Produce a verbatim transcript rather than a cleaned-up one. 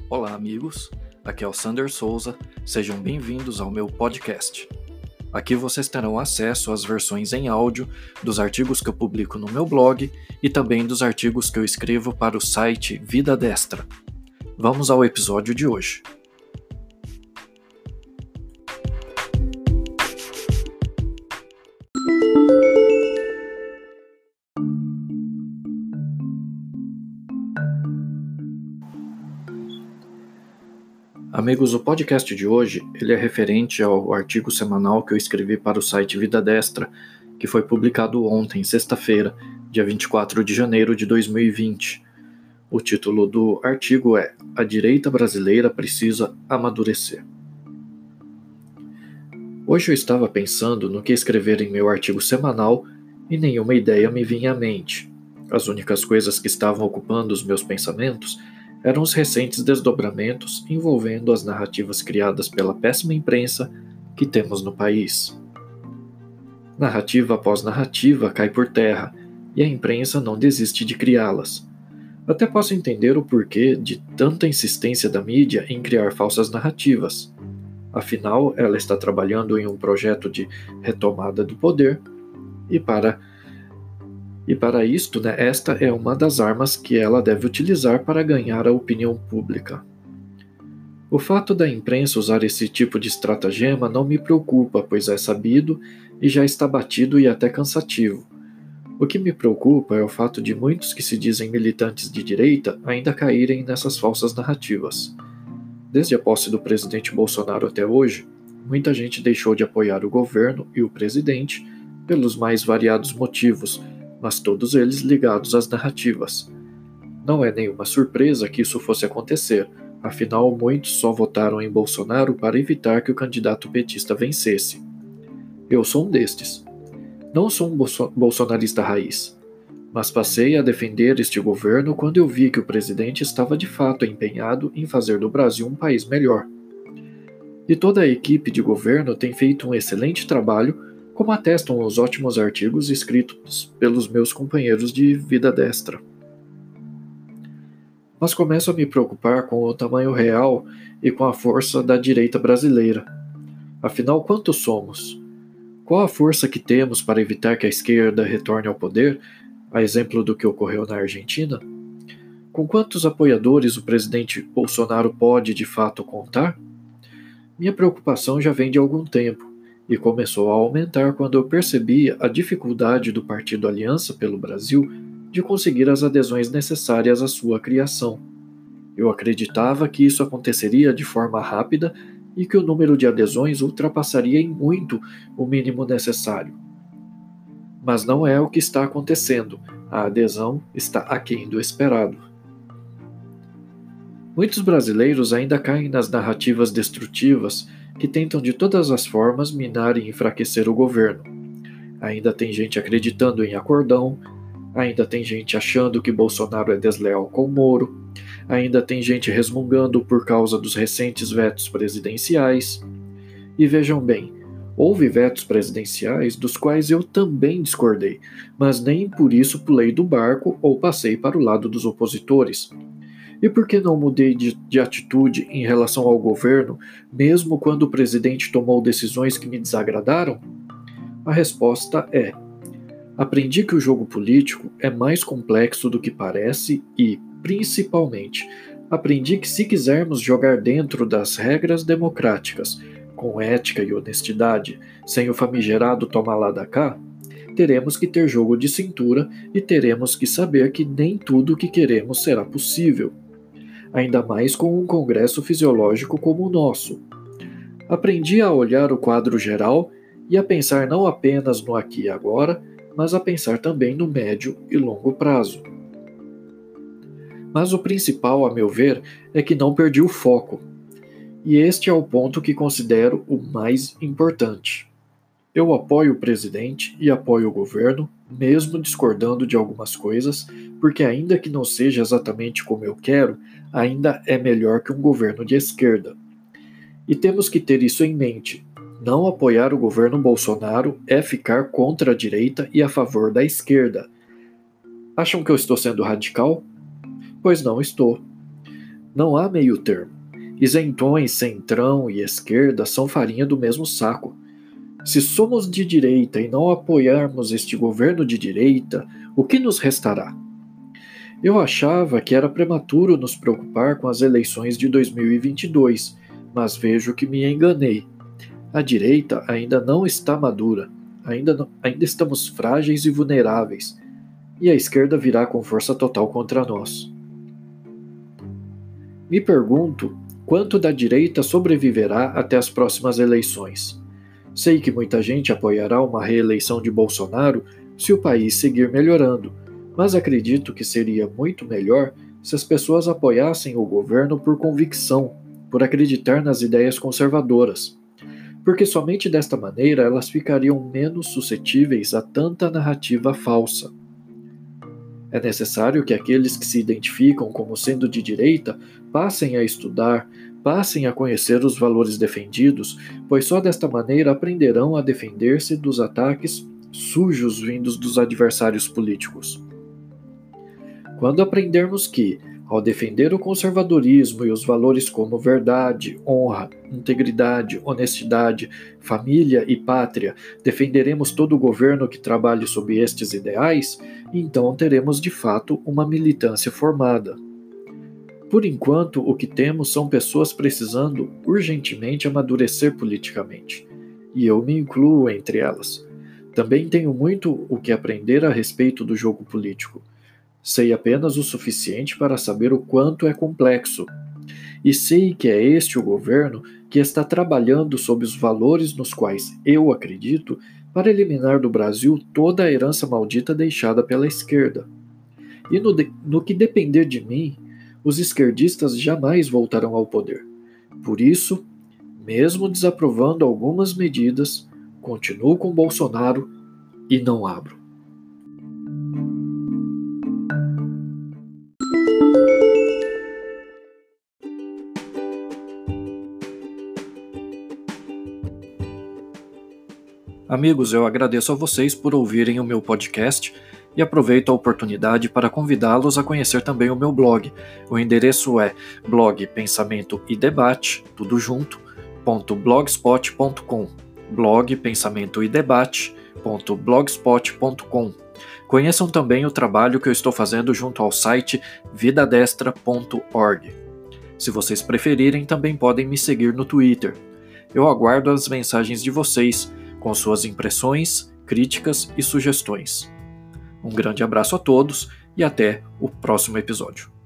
Olá, amigos. Aqui é o Sander Souza. Sejam bem-vindos ao meu podcast. Aqui vocês terão acesso às versões em áudio dos artigos que eu publico no meu blog e também dos artigos que eu escrevo para o site Vida Destra. Vamos ao episódio de hoje. Amigos, o podcast de hoje ele é referente ao artigo semanal que eu escrevi para o site Vida Destra, que foi publicado ontem, sexta-feira, dia vinte e quatro de janeiro de dois mil e vinte. O título do artigo é A Direita Brasileira Precisa Amadurecer. Hoje eu estava pensando no que escrever em meu artigo semanal e nenhuma ideia me vinha à mente. As únicas coisas que estavam ocupando os meus pensamentos eram os recentes desdobramentos envolvendo as narrativas criadas pela péssima imprensa que temos no país. Narrativa após narrativa cai por terra, e a imprensa não desiste de criá-las. Até posso entender o porquê de tanta insistência da mídia em criar falsas narrativas. Afinal, ela está trabalhando em um projeto de retomada do poder, e para E para isto, né, esta é uma das armas que ela deve utilizar para ganhar a opinião pública. O fato da imprensa usar esse tipo de estratagema não me preocupa, pois é sabido e já está batido e até cansativo. O que me preocupa é o fato de muitos que se dizem militantes de direita ainda caírem nessas falsas narrativas. Desde a posse do presidente Bolsonaro até hoje, muita gente deixou de apoiar o governo e o presidente pelos mais variados motivos, mas todos eles ligados às narrativas. Não é nenhuma surpresa que isso fosse acontecer, afinal muitos só votaram em Bolsonaro para evitar que o candidato petista vencesse. Eu sou um destes. Não sou um bolso- bolsonarista raiz, mas passei a defender este governo quando eu vi que o presidente estava de fato empenhado em fazer do Brasil um país melhor. E toda a equipe de governo tem feito um excelente trabalho, como atestam os ótimos artigos escritos pelos meus companheiros de Vida Destra. Mas começo a me preocupar com o tamanho real e com a força da direita brasileira. Afinal, quantos somos? Qual a força que temos para evitar que a esquerda retorne ao poder, a exemplo do que ocorreu na Argentina? Com quantos apoiadores o presidente Bolsonaro pode de fato contar? Minha preocupação já vem de algum tempo, e começou a aumentar quando eu percebi a dificuldade do Partido Aliança pelo Brasil de conseguir as adesões necessárias à sua criação. Eu acreditava que isso aconteceria de forma rápida e que o número de adesões ultrapassaria em muito o mínimo necessário. Mas não é o que está acontecendo. A adesão está aquém do esperado. Muitos brasileiros ainda caem nas narrativas destrutivas que tentam de todas as formas minar e enfraquecer o governo. Ainda tem gente acreditando em acordão, ainda tem gente achando que Bolsonaro é desleal com Moro, ainda tem gente resmungando por causa dos recentes vetos presidenciais. E vejam bem, houve vetos presidenciais dos quais eu também discordei, mas nem por isso pulei do barco ou passei para o lado dos opositores. E por que não mudei de, de atitude em relação ao governo, mesmo quando o presidente tomou decisões que me desagradaram? A resposta é: aprendi que o jogo político é mais complexo do que parece e, principalmente, aprendi que se quisermos jogar dentro das regras democráticas, com ética e honestidade, sem o famigerado toma lá da cá, teremos que ter jogo de cintura e teremos que saber que nem tudo o que queremos será possível. Ainda mais com um congresso fisiológico como o nosso. Aprendi a olhar o quadro geral e a pensar não apenas no aqui e agora, mas a pensar também no médio e longo prazo. Mas o principal, a meu ver, é que não perdi o foco. E este é o ponto que considero o mais importante. Eu apoio o presidente e apoio o governo, mesmo discordando de algumas coisas, porque ainda que não seja exatamente como eu quero, ainda é melhor que um governo de esquerda. E temos que ter isso em mente. Não apoiar o governo Bolsonaro é ficar contra a direita e a favor da esquerda. Acham que eu estou sendo radical? Pois não estou. Não há meio termo. Isentões, centrão e esquerda são farinha do mesmo saco. Se somos de direita e não apoiarmos este governo de direita, o que nos restará? Eu achava que era prematuro nos preocupar com as eleições de dois mil e vinte e dois, mas vejo que me enganei. A direita ainda não está madura, ainda, não, ainda estamos frágeis e vulneráveis, e a esquerda virá com força total contra nós. Me pergunto quanto da direita sobreviverá até as próximas eleições. Sei que muita gente apoiará uma reeleição de Bolsonaro se o país seguir melhorando, mas acredito que seria muito melhor se as pessoas apoiassem o governo por convicção, por acreditar nas ideias conservadoras, porque somente desta maneira elas ficariam menos suscetíveis a tanta narrativa falsa. É necessário que aqueles que se identificam como sendo de direita passem a estudar, passem a conhecer os valores defendidos, pois só desta maneira aprenderão a defender-se dos ataques sujos vindos dos adversários políticos. Quando aprendermos que, ao defender o conservadorismo e os valores como verdade, honra, integridade, honestidade, família e pátria, defenderemos todo o governo que trabalhe sob estes ideais, então teremos de fato uma militância formada. Por enquanto, o que temos são pessoas precisando urgentemente amadurecer politicamente, e eu me incluo entre elas. Também tenho muito o que aprender a respeito do jogo político. Sei apenas o suficiente para saber o quanto é complexo. E sei que é este o governo que está trabalhando sob os valores nos quais eu acredito para eliminar do Brasil toda a herança maldita deixada pela esquerda. E no, de, no que depender de mim, os esquerdistas jamais voltarão ao poder. Por isso, mesmo desaprovando algumas medidas, continuo com Bolsonaro e não abro. Amigos, eu agradeço a vocês por ouvirem o meu podcast e aproveito a oportunidade para convidá-los a conhecer também o meu blog. O endereço é blog Pensamento e Debate, tudo junto, ponto blogspot ponto com, blog Pensamento e Debate, ponto blogspot ponto com. Conheçam também o trabalho que eu estou fazendo junto ao site vida destra ponto org. Se vocês preferirem, também podem me seguir no Twitter. Eu aguardo as mensagens de vocês, com suas impressões, críticas e sugestões. Um grande abraço a todos e até o próximo episódio.